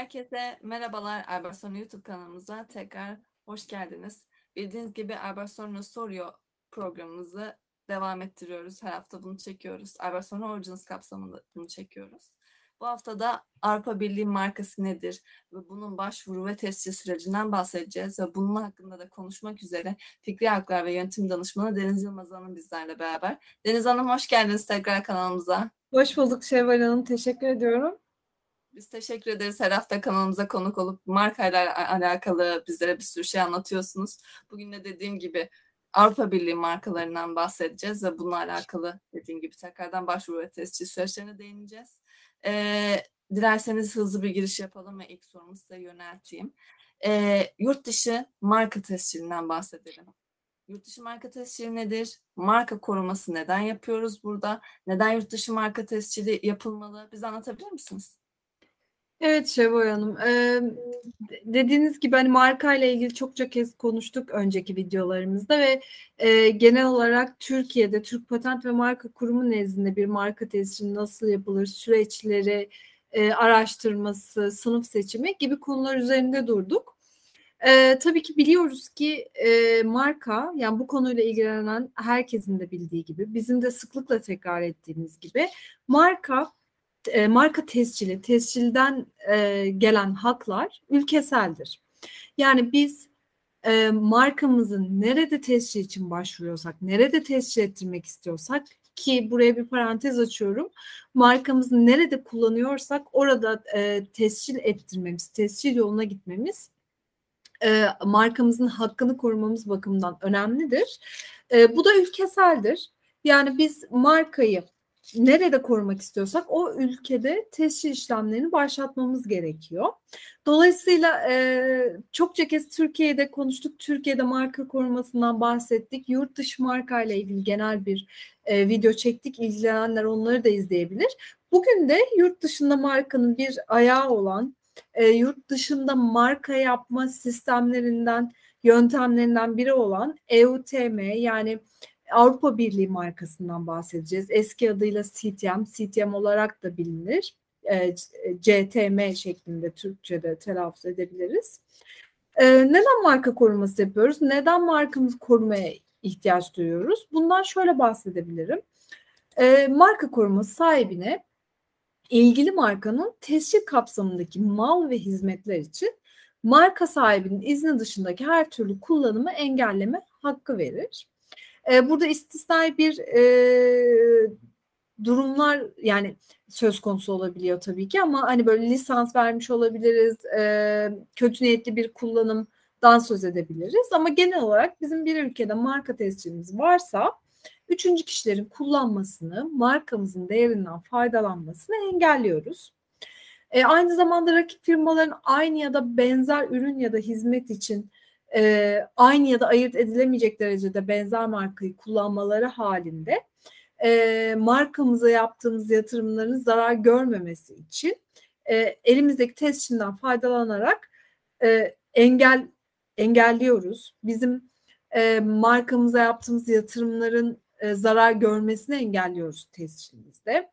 Herkese merhabalar. Erbason YouTube kanalımıza tekrar hoş geldiniz. Bildiğiniz gibi Erbason soruyor programımızı devam ettiriyoruz. Her hafta bunu çekiyoruz. Erbason Origins kapsamında bunu çekiyoruz. Bu hafta da Avrupa Birliği markası nedir ve bunun başvuru ve tescil sürecinden bahsedeceğiz ve bunun hakkında da konuşmak üzere Fikri Haklar ve Yönetim Danışmanı Deniz Yılmaz Hanım bizlerle beraber. Deniz Hanım hoş geldiniz tekrar kanalımıza. Hoş bulduk Şevval Hanım. Teşekkür ediyorum. Biz teşekkür ederiz. Her hafta kanalımıza konuk olup markayla alakalı bizlere bir sürü şey anlatıyorsunuz. Bugün de dediğim gibi Avrupa Birliği markalarından bahsedeceğiz ve bununla alakalı dediğim gibi tekrardan başvuru ve tescil süreçlerine değineceğiz. Dilerseniz hızlı bir giriş yapalım ve ilk sorumu size yönelteyim. Yurt dışı marka tescilinden bahsedelim. Yurt dışı marka tescili nedir? Marka koruması neden yapıyoruz burada? Neden yurt dışı marka tescili yapılmalı? Bize anlatabilir misiniz? Evet Şevval Hanım. Dediğiniz gibi hani marka ile ilgili çokça kez konuştuk önceki videolarımızda ve genel olarak Türkiye'de Türk Patent ve Marka Kurumu nezdinde bir marka tescili nasıl yapılır, süreçleri, araştırması, sınıf seçimi gibi konular üzerinde durduk. Tabii ki biliyoruz ki marka, yani bu konuyla ilgilenen herkesin de bildiği gibi, bizim de sıklıkla tekrar ettiğimiz gibi marka tescilden gelen haklar ülkeseldir. Yani biz markamızın nerede tescil için başvuruyorsak, nerede tescil ettirmek istiyorsak, ki buraya bir parantez açıyorum, markamızı nerede kullanıyorsak orada tescil ettirmemiz, tescil yoluna gitmemiz markamızın hakkını korumamız bakımından önemlidir. Bu da ülkeseldir. Yani biz markayı nerede korumak istiyorsak o ülkede tescil işlemlerini başlatmamız gerekiyor. Dolayısıyla çokça kez Türkiye'de konuştuk. Türkiye'de marka korumasından bahsettik. Yurt dışı marka ile ilgili genel bir video çektik. İlgilenenler onları da izleyebilir. Bugün de yurt dışında markanın bir ayağı olan yurt dışında marka yapma sistemlerinden, yöntemlerinden biri olan EUTM, yani Avrupa Birliği markasından bahsedeceğiz. Eski adıyla CTM, CTM olarak da bilinir. CTM şeklinde Türkçe'de telaffuz edebiliriz. Neden marka koruması yapıyoruz? Neden markamızı korumaya ihtiyaç duyuyoruz? Bundan şöyle bahsedebilirim. Marka koruması sahibine ilgili markanın tescil kapsamındaki mal ve hizmetler için marka sahibinin izni dışındaki her türlü kullanımı engelleme hakkı verir. Burada istisnai bir durumlar yani söz konusu olabiliyor tabii ki, ama hani böyle lisans vermiş olabiliriz, kötü niyetli bir kullanımdan söz edebiliriz, ama genel olarak bizim bir ülkede marka tescilimiz varsa üçüncü kişilerin kullanmasını, markamızın değerinden faydalanmasını engelliyoruz. Aynı zamanda rakip firmaların aynı ya da benzer ürün ya da hizmet için aynı ya da ayırt edilemeyecek derecede benzer markayı kullanmaları halinde markamıza yaptığımız yatırımların zarar görmemesi için elimizdeki tescilden faydalanarak engelliyoruz. Bizim markamıza yaptığımız yatırımların zarar görmesini engelliyoruz tescilimizde.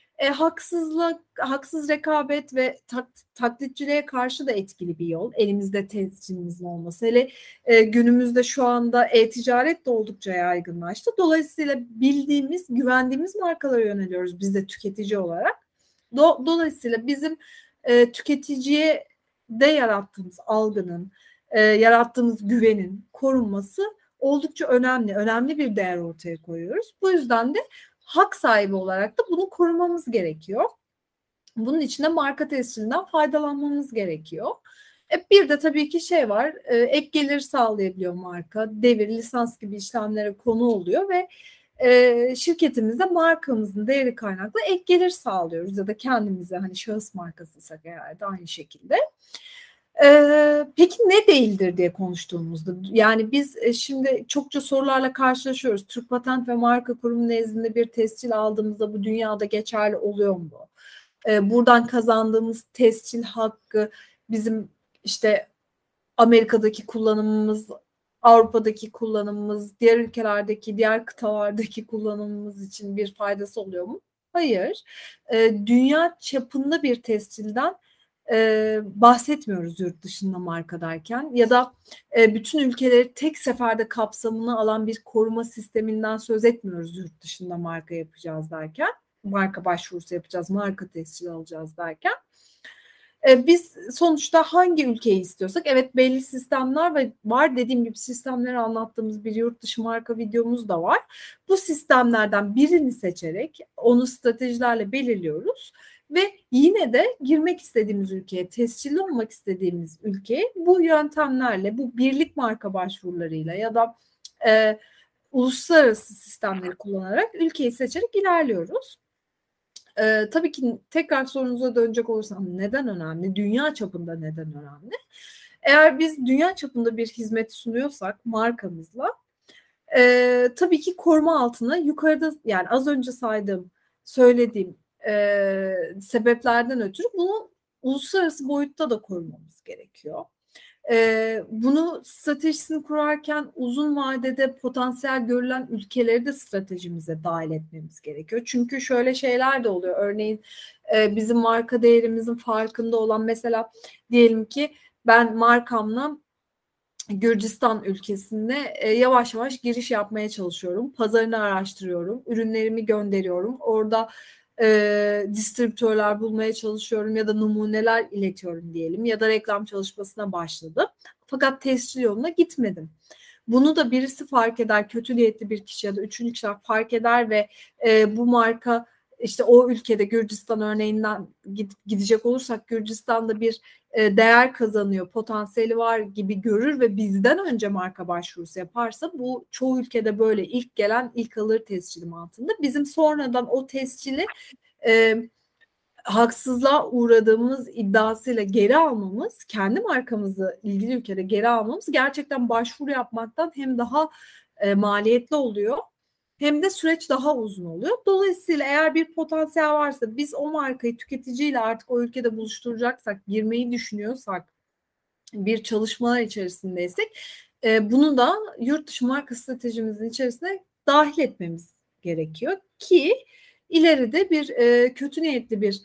Haksız rekabet ve taklitçiliğe karşı da etkili bir yol. Elimizde tescillimizin olması. Hele günümüzde şu anda e-ticaret de oldukça yaygınlaştı. Dolayısıyla bildiğimiz, güvendiğimiz markalara yöneliyoruz biz de tüketici olarak. Dolayısıyla bizim tüketiciye de yarattığımız algının, yarattığımız güvenin korunması oldukça önemli. Önemli bir değer ortaya koyuyoruz. Bu yüzden de hak sahibi olarak da bunu korumamız gerekiyor. Bunun için de marka tescilinden faydalanmamız gerekiyor. Bir de tabii ki şey var, ek gelir sağlayabiliyor marka, devir, lisans gibi işlemlere konu oluyor ve şirketimizde markamızın değeri kaynaklı ek gelir sağlıyoruz ya da kendimize, hani şahıs markasıysak eğer de aynı şekilde. Peki ne değildir diye konuştuğumuzda, yani biz şimdi çokça sorularla karşılaşıyoruz. Türk Patent ve Marka Kurumu nezdinde bir tescil aldığımızda bu dünyada geçerli oluyor mu? Buradan kazandığımız tescil hakkı bizim işte Amerika'daki kullanımımız, Avrupa'daki kullanımımız, diğer ülkelerdeki, diğer kıtalardaki kullanımımız için bir faydası oluyor mu? Hayır. Dünya çapında bir tescilden bahsetmiyoruz yurt dışında marka derken, ya da bütün ülkeleri tek seferde kapsamına alan bir koruma sisteminden söz etmiyoruz yurt dışında marka yapacağız derken, marka başvurusu yapacağız, marka tescili alacağız derken. Biz sonuçta hangi ülkeyi istiyorsak, evet belli sistemler var, dediğim gibi sistemleri anlattığımız bir yurt dışı marka videomuz da var. Bu sistemlerden birini seçerek onu stratejilerle belirliyoruz ve yine de girmek istediğimiz ülkeye, tescilli olmak istediğimiz ülkeye bu yöntemlerle, bu birlik marka başvurularıyla ya da uluslararası sistemleri kullanarak ülkeyi seçerek ilerliyoruz. Tabii ki tekrar sorunuza dönecek olursam, neden önemli? Dünya çapında neden önemli? Eğer biz dünya çapında bir hizmet sunuyorsak markamızla, tabii ki koruma altına yukarıda, yani az önce söylediğim sebeplerden ötürü bunu uluslararası boyutta da korumamız gerekiyor. Bunu stratejisini kurarken uzun vadede potansiyel görülen ülkeleri de stratejimize dahil etmemiz gerekiyor. Çünkü şöyle şeyler de oluyor. Örneğin bizim marka değerimizin farkında olan, mesela diyelim ki ben markamla Gürcistan ülkesinde yavaş yavaş giriş yapmaya çalışıyorum. Pazarını araştırıyorum. Ürünlerimi gönderiyorum. Orada distribütörler bulmaya çalışıyorum ya da numuneler iletiyorum diyelim, ya da reklam çalışmasına başladım. Fakat tescil yoluna gitmedim. Bunu da birisi fark eder, kötü niyetli bir kişi ya da üçüncü kişiler fark eder ve bu marka işte o ülkede, Gürcistan örneğinden gidecek olursak, Gürcistan'da bir değer kazanıyor, potansiyeli var gibi görür ve bizden önce marka başvurusu yaparsa, bu çoğu ülkede böyle, ilk gelen ilk alır tescili mantığında, bizim sonradan o tescili haksızlığa uğradığımız iddiasıyla geri almamız, kendi markamızı ilgili ülkede geri almamız gerçekten başvuru yapmaktan hem daha maliyetli oluyor, hem de süreç daha uzun oluyor. Dolayısıyla eğer bir potansiyel varsa, biz o markayı tüketiciyle artık o ülkede buluşturacaksak, girmeyi düşünüyorsak, bir çalışmalar içerisindeysek, bunu da yurt dışı marka stratejimizin içerisine dahil etmemiz gerekiyor ki ileride bir kötü niyetli bir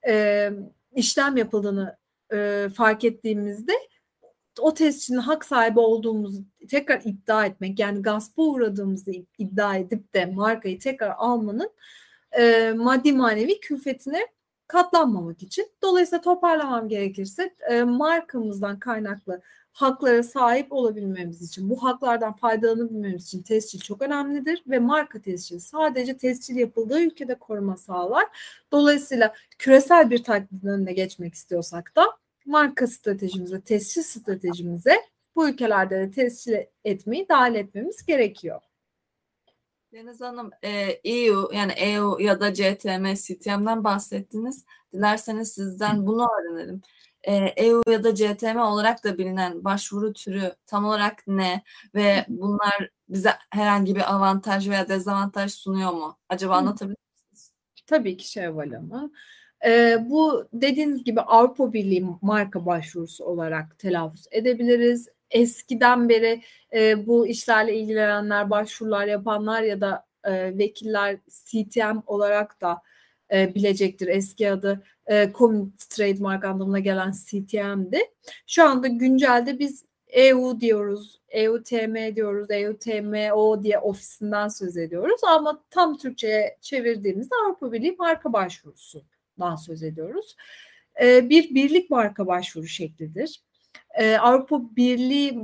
işlem yapıldığını fark ettiğimizde o tescilin hak sahibi olduğumuzu tekrar iddia etmek, yani gaspa uğradığımızı iddia edip de markayı tekrar almanın maddi manevi külfetine katlanmamak için. Dolayısıyla toparlamam gerekirse, markamızdan kaynaklı haklara sahip olabilmemiz için, bu haklardan faydalanabilmemiz için tescil çok önemlidir ve marka tescili sadece tescil yapıldığı ülkede koruma sağlar. Dolayısıyla küresel bir taklidin önüne geçmek istiyorsak da marka stratejimize, tescil stratejimize bu ülkelerde de tescil etmeyi dahil etmemiz gerekiyor. Deniz Hanım, EU yani EU ya da CTM, CTM'den bahsettiniz. Dilerseniz sizden bunu öğrenelim. EU ya da CTM olarak da bilinen başvuru türü tam olarak ne ve bunlar bize herhangi bir avantaj veya dezavantaj sunuyor mu? Acaba anlatabilir misiniz? Tabii ki Şevval Hanım. Bu dediğiniz gibi Avrupa Birliği marka başvurusu olarak telaffuz edebiliriz. Eskiden beri bu işlerle ilgilenenler, başvurular yapanlar ya da vekiller CTM olarak da bilecektir. Eski adı Community Trademark anlamına gelen CTM'di. Şu anda güncelde biz EU diyoruz, EUTM diyoruz, EUTMO diye ofisinden söz ediyoruz. Ama tam Türkçe'ye çevirdiğimizde Avrupa Birliği marka başvurusundan söz ediyoruz. Bir birlik marka başvuru şeklidir. Avrupa Birliği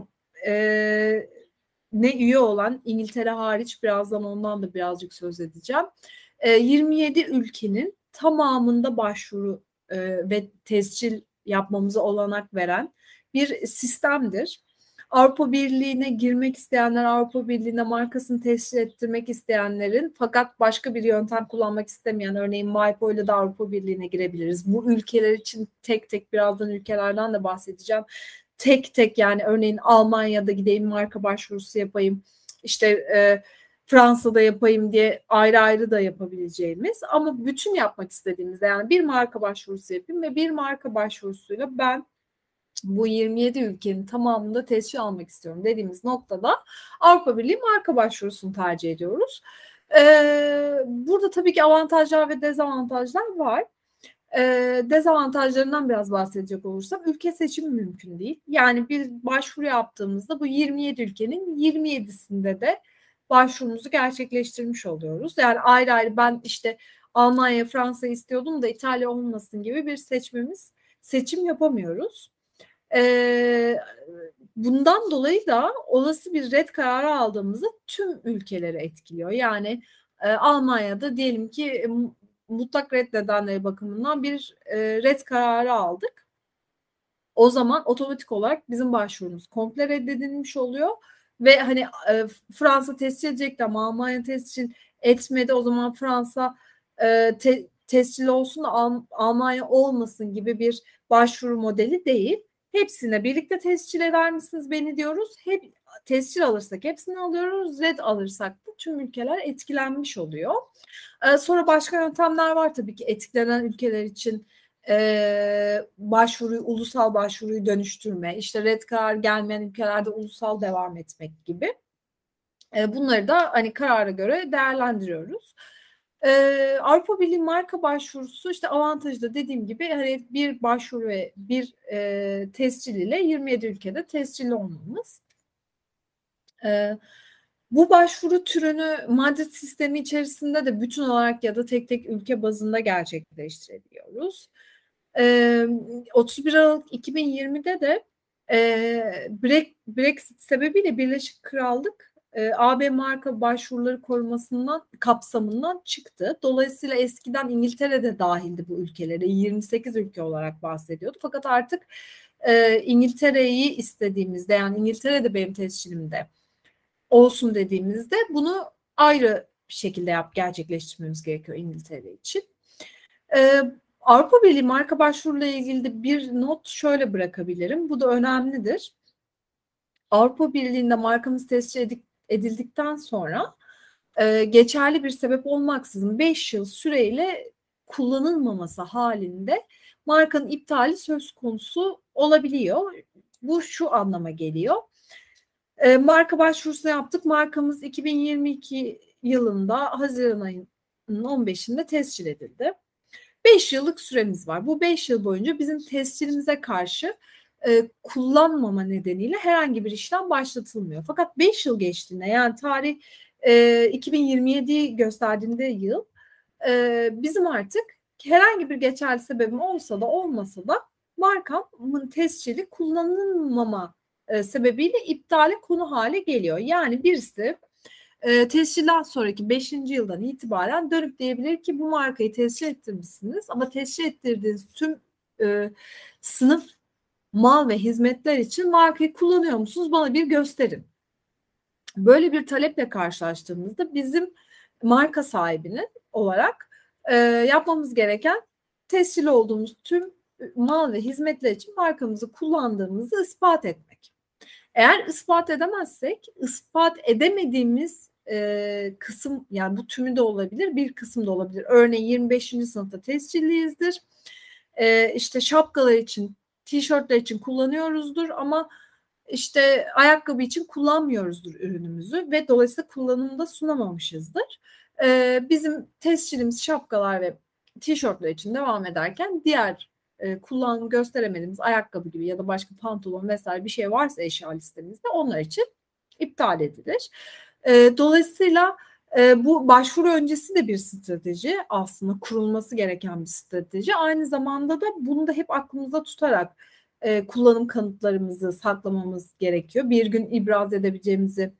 ne üye olan, İngiltere hariç, birazdan ondan da birazcık söz edeceğim, 27 ülkenin tamamında başvuru ve tescil yapmamıza olanak veren bir sistemdir. Avrupa Birliği'ne girmek isteyenler, Avrupa Birliği'ne markasını tescil ettirmek isteyenlerin fakat başka bir yöntem kullanmak istemeyen, örneğin MyPo ile de Avrupa Birliği'ne girebiliriz. Bu ülkeler için tek tek, birazdan ülkelerden de bahsedeceğim, tek tek, yani örneğin Almanya'da gideyim marka başvurusu yapayım, işte Fransa'da yapayım diye ayrı ayrı da yapabileceğimiz, ama bütün yapmak istediğimizde, yani bir marka başvurusu yapayım ve bir marka başvurusuyla ben bu 27 ülkenin tamamında tescil almak istiyorum dediğimiz noktada Avrupa Birliği marka başvurusunu tercih ediyoruz. Burada tabii ki avantajlar ve dezavantajlar var. Dezavantajlarından biraz bahsedecek olursam ülke seçimi mümkün değil. Yani biz başvuru yaptığımızda bu 27 ülkenin 27'sinde de başvurumuzu gerçekleştirmiş oluyoruz. Yani ayrı ayrı ben işte Almanya, Fransa istiyordum da İtalya olmasın gibi bir seçim yapamıyoruz. Bundan dolayı da olası bir red kararı aldığımızda tüm ülkeleri etkiliyor. Yani Almanya'da diyelim ki mutlak red nedenleri bakımından bir red kararı aldık. O zaman otomatik olarak bizim başvurumuz komple reddedilmiş oluyor ve hani Fransa tescil edecekti ama Almanya tescil etmedi. O zaman Fransa tescil olsun da Almanya olmasın gibi bir başvuru modeli değil. Hepsine birlikte tescil eder misiniz beni diyoruz. Hep tescil alırsak hepsini alıyoruz. Red alırsak da tüm ülkeler etkilenmiş oluyor. Sonra başka yöntemler var tabii ki etkilenen ülkeler için ulusal başvuruyu dönüştürme, işte red karar gelmeyen ülkelerde ulusal devam etmek gibi. Bunları da hani karara göre değerlendiriyoruz. Avrupa Birliği marka başvurusu işte avantajı da dediğim gibi hani bir başvuru ve bir tescil ile 27 ülkede tescilli olmamız. Bu başvuru türünü Madrid sistemi içerisinde de bütün olarak ya da tek tek ülke bazında gerçekleştirebiliyoruz. 31 Aralık 2020'de de Brexit sebebiyle Birleşik Krallık AB marka başvuruları kapsamından çıktı. Dolayısıyla eskiden İngiltere'de dahildi bu ülkelere. 28 ülke olarak bahsediyordu. Fakat artık İngiltere'yi istediğimizde yani İngiltere'de benim tescilimde olsun dediğimizde bunu ayrı bir şekilde gerçekleştirmemiz gerekiyor İngiltere için. Avrupa Birliği marka başvuruyla ilgili de bir not şöyle bırakabilirim. Bu da önemlidir. Avrupa Birliği'nde markamız tescil edildikten sonra geçerli bir sebep olmaksızın 5 yıl süreyle kullanılmaması halinde markanın iptali söz konusu olabiliyor. Bu şu anlama geliyor. Marka başvurusunu yaptık. Markamız 2022 yılında Haziran ayının 15'inde tescil edildi. 5 yıllık süremiz var. Bu 5 yıl boyunca bizim tescilimize karşı kullanmama nedeniyle herhangi bir işlem başlatılmıyor. Fakat 5 yıl geçtiğinde yani tarih 2027'yi gösterdiğinde yıl bizim artık herhangi bir geçerli sebebim olsa da olmasa da markamın tescili kullanılmama sebebiyle iptale konu hale geliyor. Yani birisi tescilden sonraki 5. yıldan itibaren dönüp diyebilir ki bu markayı tescil ettirmişsiniz ama tescil ettirdiğiniz tüm sınıf mal ve hizmetler için markayı kullanıyor musunuz? Bana bir gösterin. Böyle bir taleple karşılaştığımızda bizim marka sahibinin olarak yapmamız gereken tescil olduğumuz tüm mal ve hizmetler için markamızı kullandığımızı ispat etmek. Eğer ispat edemezsek, ispat edemediğimiz kısım yani bu tümü de olabilir, bir kısım da olabilir. Örneğin 25. sınıfta tescilliyizdir. İşte şapkalar için, tişörtler için kullanıyoruzdur ama işte ayakkabı için kullanmıyoruzdur ürünümüzü ve dolayısıyla kullanımda sunamamışızdır. Bizim tescilimiz şapkalar ve tişörtler için devam ederken diğer kullanım gösteremediğimiz ayakkabı gibi ya da başka pantolon vesaire bir şey varsa eşya listemizde onlar için iptal edilir. Dolayısıyla bu başvuru öncesi de bir strateji aslında kurulması gereken bir strateji. Aynı zamanda da bunu da hep aklımızda tutarak kullanım kanıtlarımızı saklamamız gerekiyor. Bir gün ibraz edebileceğimizi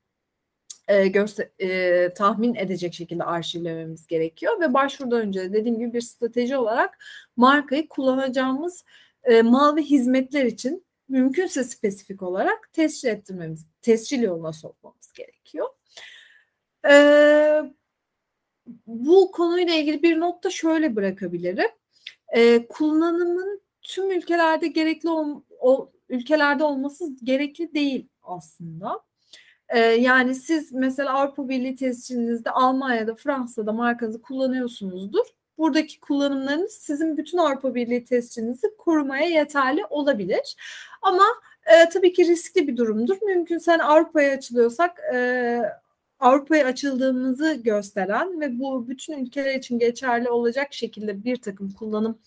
tahmin edecek şekilde arşivlememiz gerekiyor ve başvurudan önce de dediğim gibi bir strateji olarak markayı kullanacağımız mal ve hizmetler için mümkünse spesifik olarak tescil yoluna sokmamız gerekiyor. Bu konuyla ilgili bir not da şöyle bırakabilirim. Kullanımın tüm ülkelerde ülkelerde olması gerekli değil aslında. Yani siz mesela Avrupa Birliği tescilinizde Almanya'da, Fransa'da markanızı kullanıyorsunuzdur. Buradaki kullanımlarınız sizin bütün Avrupa Birliği tescilinizi korumaya yeterli olabilir. Ama tabii ki riskli bir durumdur. Mümkünse Avrupa'ya açılıyorsak Avrupa'ya açıldığımızı gösteren ve bu bütün ülkeler için geçerli olacak şekilde bir takım kullanım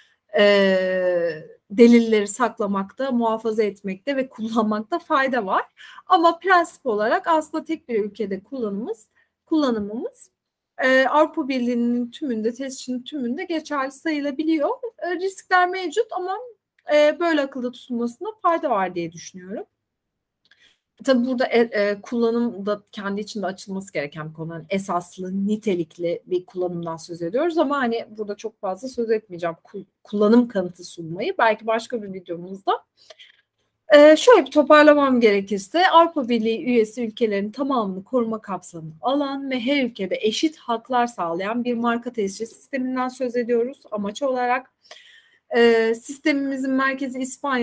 delilleri saklamakta, muhafaza etmekte ve kullanmakta fayda var. Ama prensip olarak aslında tek bir ülkede kullanımımız Avrupa Birliği'nin tümünde, tescilin tümünde geçerli sayılabiliyor. Riskler mevcut ama böyle akılda tutulmasına fayda var diye düşünüyorum. Tabii burada kullanım da kendi içinde açılması gereken bir konu. Yani esaslı, nitelikli bir kullanımdan söz ediyoruz ama hani burada çok fazla söz etmeyeceğim. Kullanım kanıtı sunmayı belki başka bir videomuzda. Şöyle bir toparlamam gerekirse Avrupa Birliği üyesi ülkelerin tamamını koruma kapsamını alan ve her ülkede eşit haklar sağlayan bir marka tescil sisteminden söz ediyoruz. Amaç olarak sistemimizin merkezi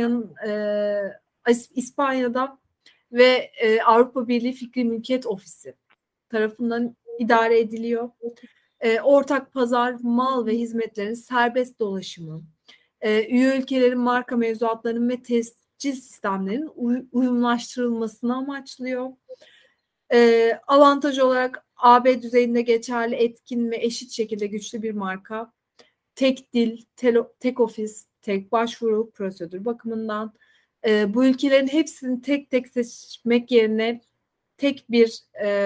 İspanya'da ve Avrupa Birliği Fikri Mülkiyet Ofisi tarafından idare ediliyor. Ortak pazar, mal ve hizmetlerin serbest dolaşımı, üye ülkelerin marka mevzuatlarının ve tescil sistemlerinin uyumlaştırılmasını amaçlıyor. Avantaj olarak AB düzeyinde geçerli, etkin ve eşit şekilde güçlü bir marka, tek dil, tek ofis, tek başvuru prosedür bakımından bu ülkelerin hepsini tek tek seçmek yerine tek bir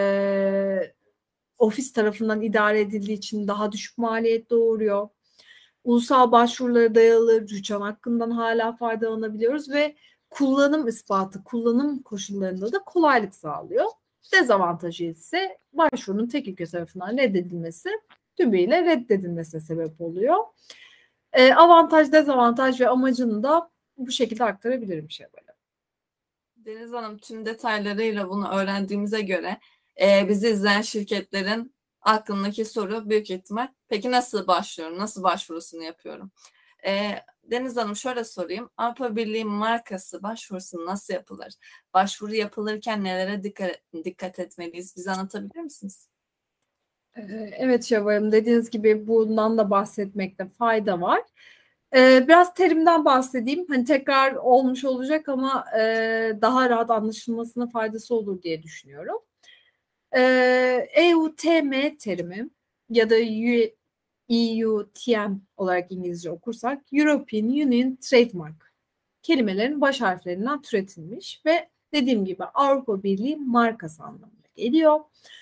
ofis tarafından idare edildiği için daha düşük maliyet doğuruyor. Ulusal başvurulara dayalı rüçhan hakkından hala faydalanabiliyoruz ve kullanım ispatı, kullanım koşullarında da kolaylık sağlıyor. Dezavantajı ise başvurunun tek ülke tarafından reddedilmesi, tümüyle reddedilmesine sebep oluyor. Avantaj, dezavantaj ve amacını da bu şekilde aktarabilirim Şevval'e. Deniz Hanım, tüm detaylarıyla bunu öğrendiğimize göre bizi izleyen şirketlerin aklındaki soru büyük ihtimal, peki nasıl başlıyorum, nasıl başvurusunu yapıyorum? Deniz Hanım, şöyle sorayım, Avrupa Birliği markası başvurusu nasıl yapılır? Başvuru yapılırken nelere dikkat etmeliyiz? Bize anlatabilir misiniz? Evet Şevval'im, dediğiniz gibi bundan da bahsetmekte fayda var. Biraz terimden bahsedeyim. Hani tekrar olmuş olacak ama daha rahat anlaşılmasına faydası olur diye düşünüyorum. EUTM terimi ya da EUTM olarak İngilizce okursak European Union Trademark kelimelerin baş harflerinden türetilmiş ve dediğim gibi Avrupa Birliği markası anlamına geliyor.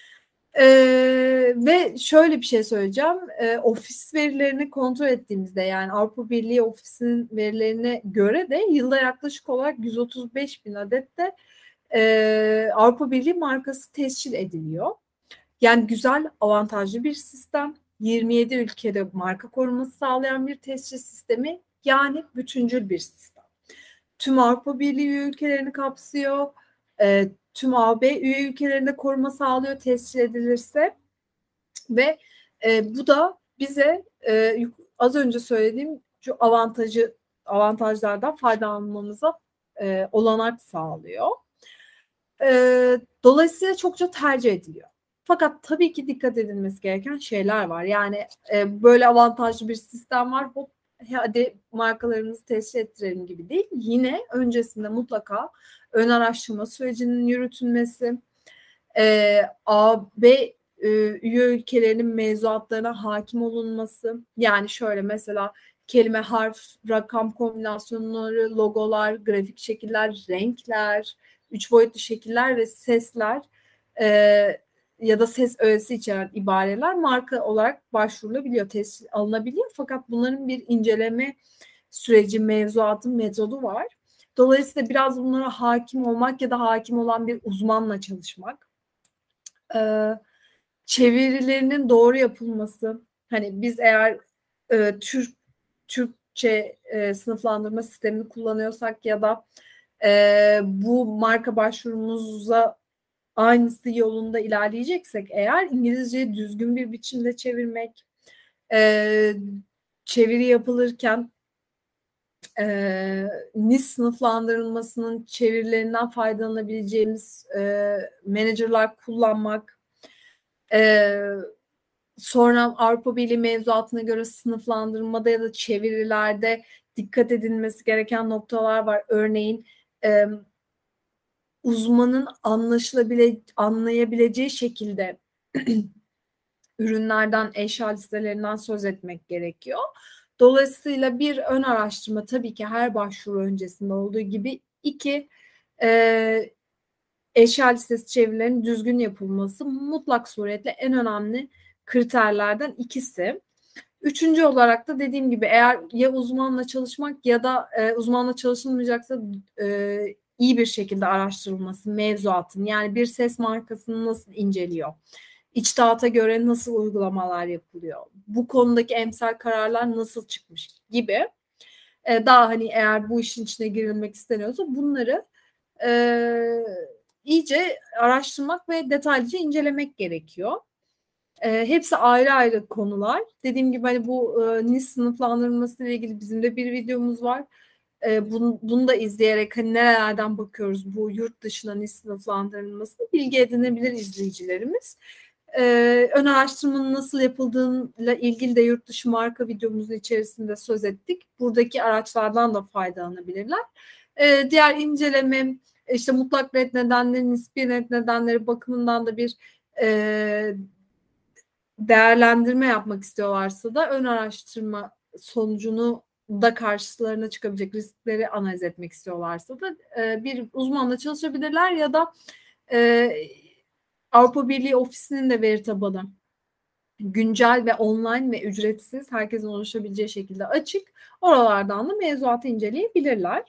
Ve şöyle bir şey söyleyeceğim. Ofis verilerini kontrol ettiğimizde, yani Avrupa Birliği ofisinin verilerine göre de yılda yaklaşık olarak 135 bin adet de Avrupa Birliği markası tescil ediliyor. Yani güzel, avantajlı bir sistem. 27 ülkede marka koruması sağlayan bir tescil sistemi, yani bütüncül bir sistem. Tüm Avrupa Birliği üye ülkelerini kapsıyor. Tüm AB üye ülkelerinde koruma sağlıyor tescil edilirse ve bu da bize az önce söylediğim şu avantajlardan faydalanmamıza olanak sağlıyor. Dolayısıyla çokça tercih ediliyor. Fakat tabii ki dikkat edilmesi gereken şeyler var. Yani böyle avantajlı bir sistem var. Hop, hadi markalarımızı tescil ettirelim gibi değil. Yine öncesinde mutlaka ön araştırma sürecinin yürütülmesi, AB üye ülkelerinin mevzuatlarına hakim olunması. Yani şöyle mesela kelime, harf, rakam kombinasyonları, logolar, grafik şekiller, renkler, üç boyutlu şekiller ve sesler ya da ses öğesi içeren ibareler marka olarak başvurulabiliyor, tescil alınabiliyor. Fakat bunların bir inceleme süreci, mevzuatı, metodu var. Dolayısıyla biraz bunlara hakim olmak ya da hakim olan bir uzmanla çalışmak. Çevirilerinin doğru yapılması. Hani biz eğer Türkçe sınıflandırma sistemini kullanıyorsak ya da bu marka başvurumuza aynısı yolunda ilerleyeceksek eğer, İngilizceyi düzgün bir biçimde çevirmek, çeviri yapılırken NIS sınıflandırılmasının çevirilerinden faydalanabileceğimiz manager'lar kullanmak, sonra Avrupa Birliği mevzuatına göre sınıflandırmada ya da çevirilerde dikkat edilmesi gereken noktalar var. Örneğin uzmanın anlayabileceği şekilde ürünlerden, eşya listelerinden söz etmek gerekiyor. Dolayısıyla bir ön araştırma tabii ki her başvuru öncesinde olduğu gibi, 2 eşya listesi çevirilerinin düzgün yapılması mutlak suretle en önemli kriterlerden ikisi. Üçüncü olarak da dediğim gibi, eğer ya uzmanla çalışmak ya da uzmanla çalışılmayacaksa iyi bir şekilde araştırılması, mevzuatın, yani bir ses markasını nasıl inceliyor, İçtihata göre nasıl uygulamalar yapılıyor, bu konudaki emsal kararlar nasıl çıkmış gibi, daha hani eğer bu işin içine girilmek isteniyorsa bunları iyice araştırmak ve detaylıca incelemek gerekiyor. Hepsi ayrı ayrı konular. Dediğim gibi hani bu NIS sınıflandırılması ile ilgili bizim de bir videomuz var. Bunu da izleyerek hani nerelerden bakıyoruz bu yurt dışına NIS sınıflandırılması, bilgi edinebilir izleyicilerimiz. Ön araştırmanın nasıl yapıldığıyla ilgili de yurt dışı marka videomuzun içerisinde söz ettik. Buradaki araçlardan da faydalanabilirler. Diğer inceleme, işte mutlak ret nedenleri, nispi ret nedenleri bakımından da bir değerlendirme yapmak istiyorlarsa da ön araştırma sonucunu da karşılarına çıkabilecek riskleri analiz etmek istiyorlarsa da bir uzmanla çalışabilirler ya da Avrupa Birliği ofisinin de veri tabanı güncel ve online ve ücretsiz, herkesin ulaşabileceği şekilde açık. Oralardan da mevzuatı inceleyebilirler.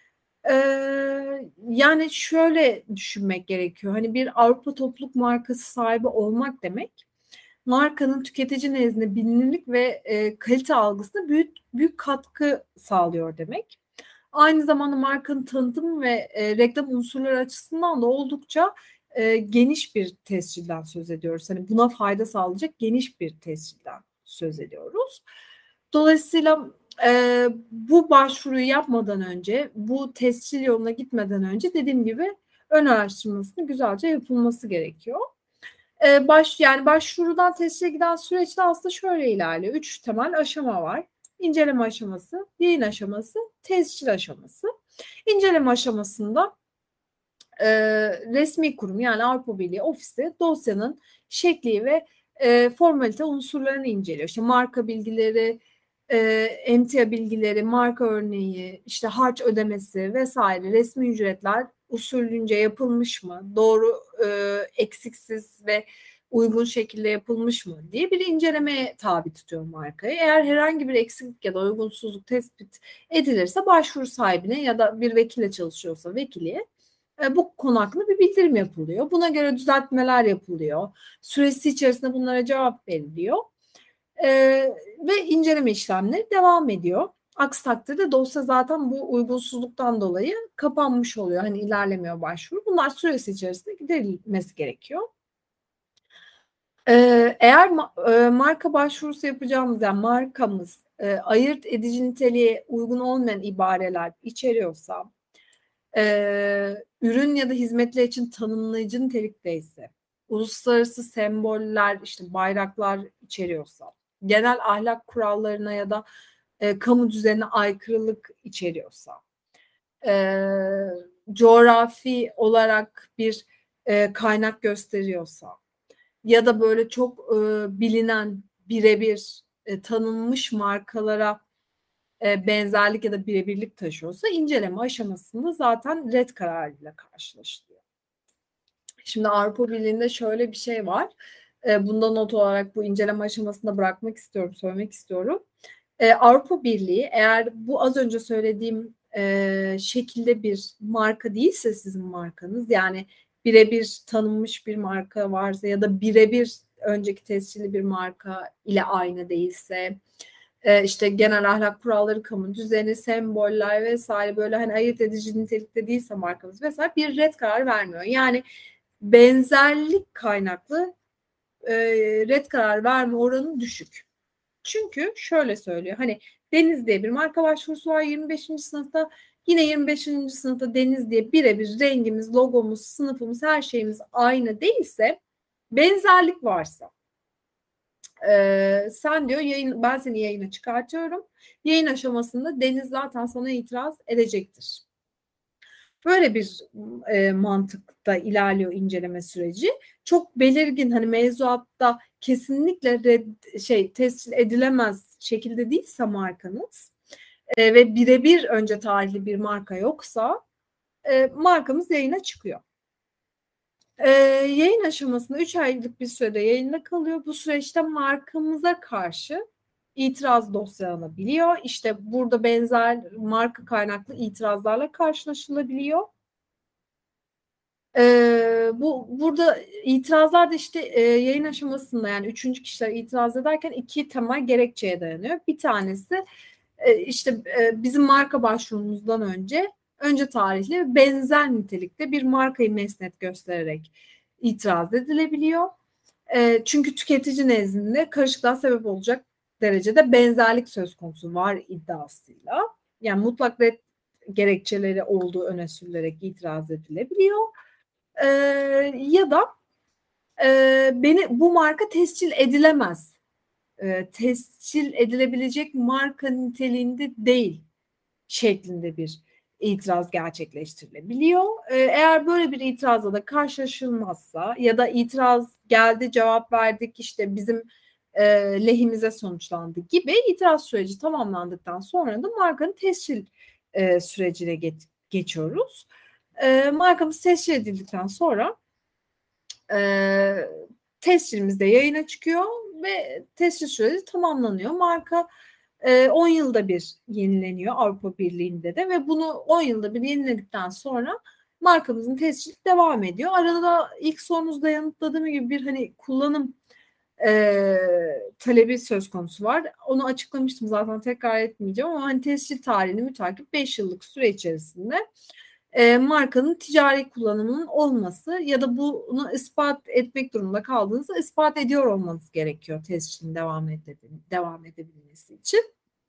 Yani şöyle düşünmek gerekiyor. Hani bir Avrupa topluluk markası sahibi olmak demek, markanın tüketici nezdinde bilinirlik ve kalite algısına büyük katkı sağlıyor demek. Aynı zamanda markanın tanıtım ve reklam unsurları açısından da oldukça geniş bir tescilden söz ediyoruz. Hani buna fayda sağlayacak geniş bir tescilden söz ediyoruz. Dolayısıyla bu başvuruyu yapmadan önce, bu tescil yoluna gitmeden önce dediğim gibi ön araştırmasının güzelce yapılması gerekiyor. Yani başvurudan tescile giden süreçte aslında şöyle ilerliyor. 3 temel aşama var. İnceleme aşaması, yayın aşaması, tescil aşaması. İnceleme aşamasında resmi kurum, yani Avrupa Birliği ofisi dosyanın şekli ve formalite unsurlarını inceliyor. İşte marka bilgileri, emtia bilgileri, marka örneği, işte harç ödemesi vesaire, resmi ücretler usulünce yapılmış mı, doğru, eksiksiz ve uygun şekilde yapılmış mı diye bir incelemeye tabi tutuyor markayı. Eğer herhangi bir eksiklik ya da uygunsuzluk tespit edilirse başvuru sahibine ya da bir vekille çalışıyorsa vekiliye bu konu hakkında bir bildirim yapılıyor. Buna göre düzeltmeler yapılıyor. Süresi içerisinde bunlara cevap veriliyor. Ve inceleme işlemleri devam ediyor. Aksi takdirde dosya zaten bu uygunsuzluktan dolayı kapanmış oluyor. Hani ilerlemiyor başvuru. Bunlar süresi içerisinde giderilmesi gerekiyor. Eğer marka başvurusu yapacağımız, yani markamız ayırt edici niteliğe uygun olmayan ibareler içeriyorsa, ürün ya da hizmetler için tanımlayıcı nitelikteyse, uluslararası semboller, işte bayraklar içeriyorsa, genel ahlak kurallarına ya da kamu düzenine aykırılık içeriyorsa, coğrafi olarak bir kaynak gösteriyorsa ya da böyle çok bilinen, birebir tanınmış markalara benzerlik ya da birebirlik taşıyorsa inceleme aşamasında zaten ret kararıyla karşılaşılıyor. Şimdi Avrupa Birliği'nde şöyle bir şey var. Bunda not olarak bu inceleme aşamasında bırakmak istiyorum, söylemek istiyorum. Avrupa Birliği, eğer bu az önce söylediğim şekilde bir marka değilse sizin markanız, yani birebir tanınmış bir marka varsa ya da birebir önceki tescilli bir marka ile aynı değilse, işte genel ahlak kuralları, kamu düzeni, semboller vesaire, böyle hani ayırt edici nitelikte değilse markamız vesaire, bir ret kararı vermiyor. Yani benzerlik kaynaklı ret kararı verme oranı düşük. Çünkü şöyle söylüyor, hani Deniz diye bir marka başvurusu var 25. sınıfta. Yine 25. sınıfta Deniz diye birebir rengimiz, logomuz, sınıfımız, her şeyimiz aynı değilse, benzerlik varsa, sen diyor ben seni yayına çıkartıyorum. Yayın aşamasında Deniz zaten sana itiraz edecektir. Böyle bir mantıkta ilerliyor inceleme süreci. Çok belirgin, hani mevzuatta kesinlikle tescil edilemez şekilde değilse markanız ve birebir önce tarihli bir marka yoksa markamız yayına çıkıyor. Yayın aşamasında 3 aylık bir sürede yayında kalıyor. Bu süreçte markamıza karşı itiraz dosyalanabiliyor. İşte burada benzer marka kaynaklı itirazlarla karşılaşılabiliyor. Burada itirazlar da işte yayın aşamasında, yani üçüncü kişiler itiraz ederken iki temel gerekçeye dayanıyor. Bir tanesi işte bizim marka başvurumuzdan önce tarihli ve benzer nitelikte bir markayı mesnet göstererek itiraz edilebiliyor. Çünkü tüketici nezdinde karışıklığa sebep olacak derecede benzerlik söz konusu var iddiasıyla. Yani mutlak red gerekçeleri olduğu öne sürülerek itiraz edilebiliyor. Ya da bu marka tescil edilemez. Tescil edilebilecek marka niteliğinde değil şeklinde bir itiraz gerçekleştirilebiliyor. Eğer böyle bir itirazla da karşılaşılmazsa ya da itiraz geldi, cevap verdik, işte bizim lehimize sonuçlandı gibi itiraz süreci tamamlandıktan sonra da markanın tescil sürecine geçiyoruz. Markamız tescil edildikten sonra tescilimiz de yayına çıkıyor ve tescil süreci tamamlanıyor. Marka 10 yılda bir yenileniyor Avrupa Birliği'nde de ve bunu 10 yılda bir yeniledikten sonra markamızın tescili devam ediyor. Arada da ilk sorunuzda yanıtladığım gibi bir hani kullanım talebi söz konusu var. Onu açıklamıştım zaten, tekrar etmeyeceğim ama hani tescil tarihini mütakip 5 yıllık süre içerisinde markanın ticari kullanımının olması ya da bunu ispat etmek durumunda kaldığınızda ispat ediyor olmanız gerekiyor tescilin devam edebilmesi için.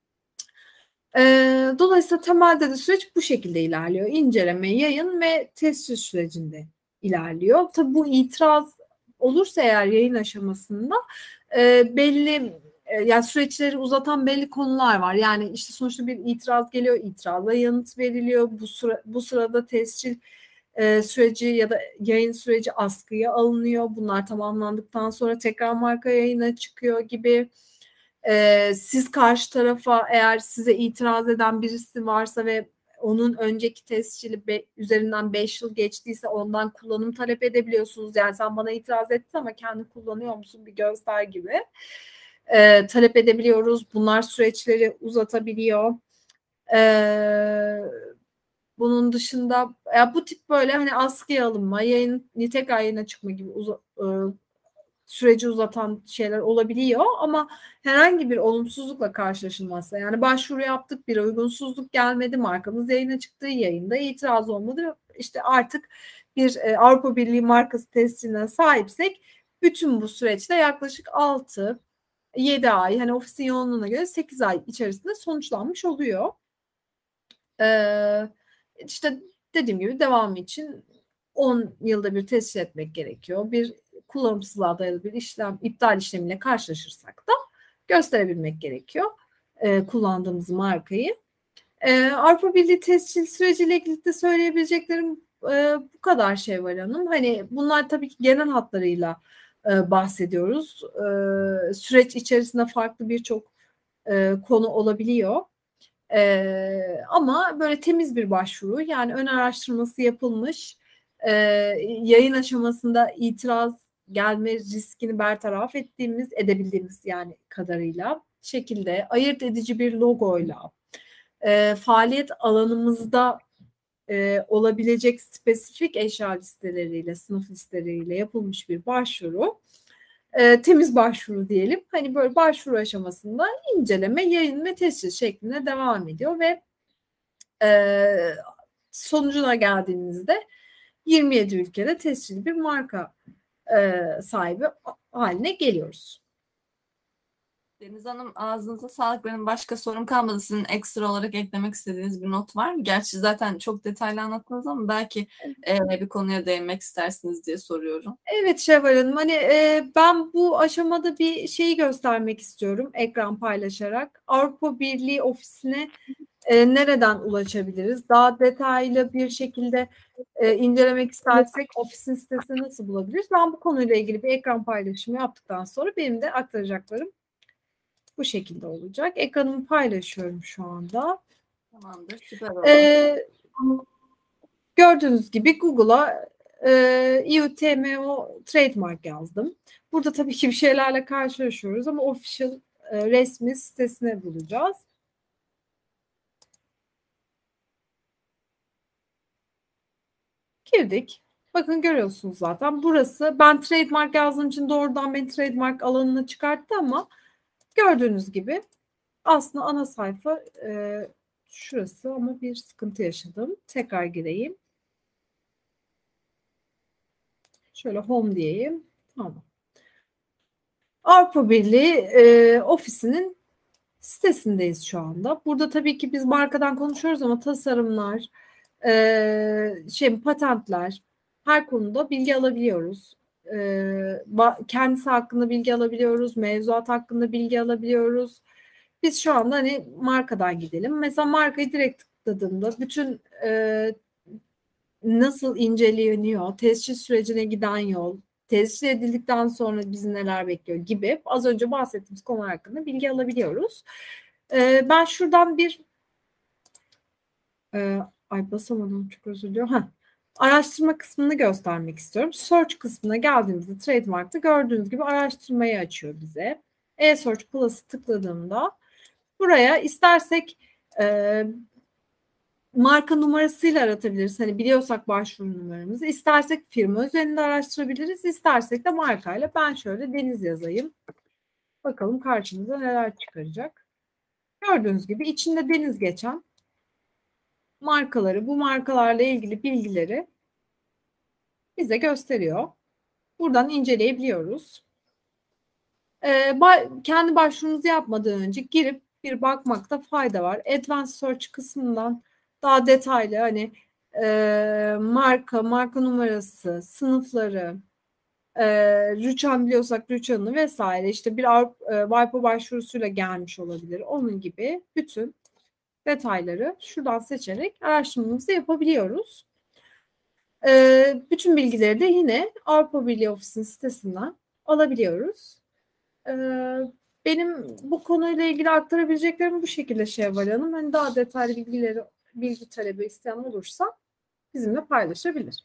Dolayısıyla temelde de süreç bu şekilde ilerliyor. İnceleme, yayın ve tescil sürecinde ilerliyor. Tabii bu itiraz olursa eğer yayın aşamasında belli yani süreçleri uzatan belli konular var. Yani işte sonuçta bir itiraz geliyor, itirazla yanıt veriliyor. Bu sırada tescil süreci ya da yayın süreci askıya alınıyor. Bunlar tamamlandıktan sonra tekrar marka yayına çıkıyor gibi. Siz karşı tarafa, eğer size itiraz eden birisi varsa ve onun önceki tescili üzerinden 5 yıl geçtiyse ondan kullanım talep edebiliyorsunuz. Yani sen bana itiraz ettin ama kendi kullanıyor musun bir göster gibi. Talep edebiliyoruz. Bunlar süreçleri uzatabiliyor. Bunun dışında bu tip böyle hani askıya alınma, tekrar yayına çıkma gibi süreci uzatan şeyler olabiliyor ama herhangi bir olumsuzlukla karşılaşılmazsa, yani başvuru yaptık, bir uygunsuzluk gelmedi, markamız yayına çıktı, yayında itiraz olmadı, işte artık bir Avrupa Birliği markası tescilline sahipsek bütün bu süreçte yaklaşık 6-7 ay, hani ofisin yoğunluğuna göre 8 ay içerisinde sonuçlanmış oluyor. İşte dediğim gibi devamı için 10 yılda bir tescil etmek gerekiyor. Bir kullanımsızlığa dayalı bir iptal işlemiyle karşılaşırsak da gösterebilmek gerekiyor kullandığımız markayı. Avrupa Birliği tescil süreciyle ilgili de söyleyebileceklerim bu kadar Şevval Hanım. Hani bunlar tabii ki genel hatlarıyla bahsediyoruz. Süreç içerisinde farklı birçok konu olabiliyor. Ama böyle temiz bir başvuru, yani ön araştırması yapılmış, yayın aşamasında itiraz gelme riskini bertaraf edebildiğimiz yani kadarıyla şekilde ayırt edici bir logoyla, faaliyet alanımızda olabilecek spesifik eşya listeleriyle, sınıf listeleriyle yapılmış bir başvuru. Temiz başvuru diyelim. Hani böyle başvuru aşamasında inceleme, yayın ve tescil şeklinde devam ediyor ve sonucuna geldiğimizde 27 ülkede tescilli bir marka sahibi haline geliyoruz. Deniz Hanım, ağzınıza sağlık. Benim başka sorum kalmadı. Sizin ekstra olarak eklemek istediğiniz bir not var mı? Gerçi zaten çok detaylı anlattınız ama belki bir konuya değinmek istersiniz diye soruyorum. Evet Şevval Hanım, hani ben bu aşamada bir şeyi göstermek istiyorum ekran paylaşarak. Avrupa Birliği ofisine nereden ulaşabiliriz? Daha detaylı bir şekilde incelemek istersek ofisin sitesini nasıl bulabiliriz? Ben bu konuyla ilgili bir ekran paylaşımı yaptıktan sonra benim de aktaracaklarım bu şekilde olacak. Ekranımı paylaşıyorum şu anda. Tamamdır. Süper oldu. Gördüğünüz gibi Google'a IUTMO trademark yazdım. Burada tabii ki bir şeylerle karşılaşıyoruz ama official resmi sitesine bulacağız. Girdik. Bakın görüyorsunuz zaten. Burası ben trademark yazdığım için doğrudan beni trademark alanına çıkarttı ama gördüğünüz gibi aslında ana sayfa şurası ama bir sıkıntı yaşadım. Tekrar gireyim. Şöyle home diyeyim. Tamam. Avrupa Birliği ofisinin sitesindeyiz şu anda. Burada tabii ki biz markadan konuşuyoruz ama tasarımlar, patentler, her konuda bilgi alabiliyoruz. Kendisi hakkında bilgi alabiliyoruz, mevzuat hakkında bilgi alabiliyoruz. Biz şu anda hani markadan gidelim. Mesela markayı direkt tıkladığımda bütün nasıl inceleniyor, tescil sürecine giden yol, tescil edildikten sonra bizi neler bekliyor gibi az önce bahsettiğimiz konu hakkında bilgi alabiliyoruz. Ben şuradan bir basamadım, çok özür diliyorum. Araştırma kısmını göstermek istiyorum. Search kısmına geldiğimizde trademark'ta gördüğünüz gibi araştırmayı açıyor bize. E-Search Plus'ı tıkladığımda buraya istersek marka numarasıyla aratabiliriz. Hani biliyorsak başvuru numaramızı. İstersek firma üzerinde araştırabiliriz. İstersek de markayla. Ben şöyle Deniz yazayım. Bakalım karşımıza neler çıkaracak. Gördüğünüz gibi içinde Deniz geçen markaları, bu markalarla ilgili bilgileri bize gösteriyor. Buradan inceleyebiliyoruz. Kendi başvurumuzu yapmadan önce girip bir bakmakta fayda var. Advanced Search kısmından daha detaylı hani marka numarası, sınıfları, rüçhan biliyorsak rüçhanını vesaire işte bir WIPO başvurusuyla gelmiş olabilir. Onun gibi bütün detayları şuradan seçerek araştırmamızı yapabiliyoruz. Bütün bilgileri de yine Avrupa Birliği Ofisi'nin sitesinden alabiliyoruz. Benim bu konuyla ilgili aktarabileceklerim bu şekilde Şevval Hanım. Hani daha detaylı bilgi talebi isteyen olursa bizimle paylaşabilir.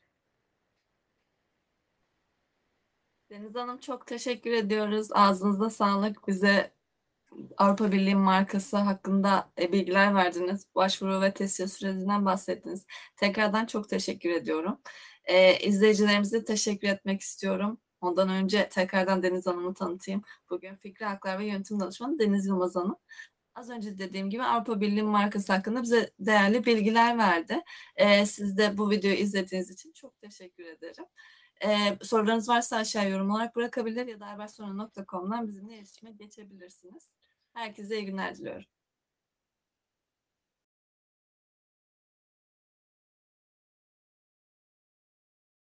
Deniz Hanım çok teşekkür ediyoruz. Ağzınıza sağlık. Bize Avrupa Birliği markası hakkında bilgiler verdiniz. Başvuru ve tescil sürecinden bahsettiniz. Tekrardan çok teşekkür ediyorum. İzleyicilerimize teşekkür etmek istiyorum. Ondan önce tekrardan Deniz Hanım'ı tanıtayım. Bugün Fikri Haklar ve Yönetim Danışmanı Deniz Yılmaz Hanım. Az önce dediğim gibi Avrupa Birliği markası hakkında bize değerli bilgiler verdi. Siz de bu videoyu izlediğiniz için çok teşekkür ederim. Sorularınız varsa aşağı yorum olarak bırakabilir ya da habersonu.com'dan bizimle iletişime geçebilirsiniz. Herkese iyi günler diliyorum.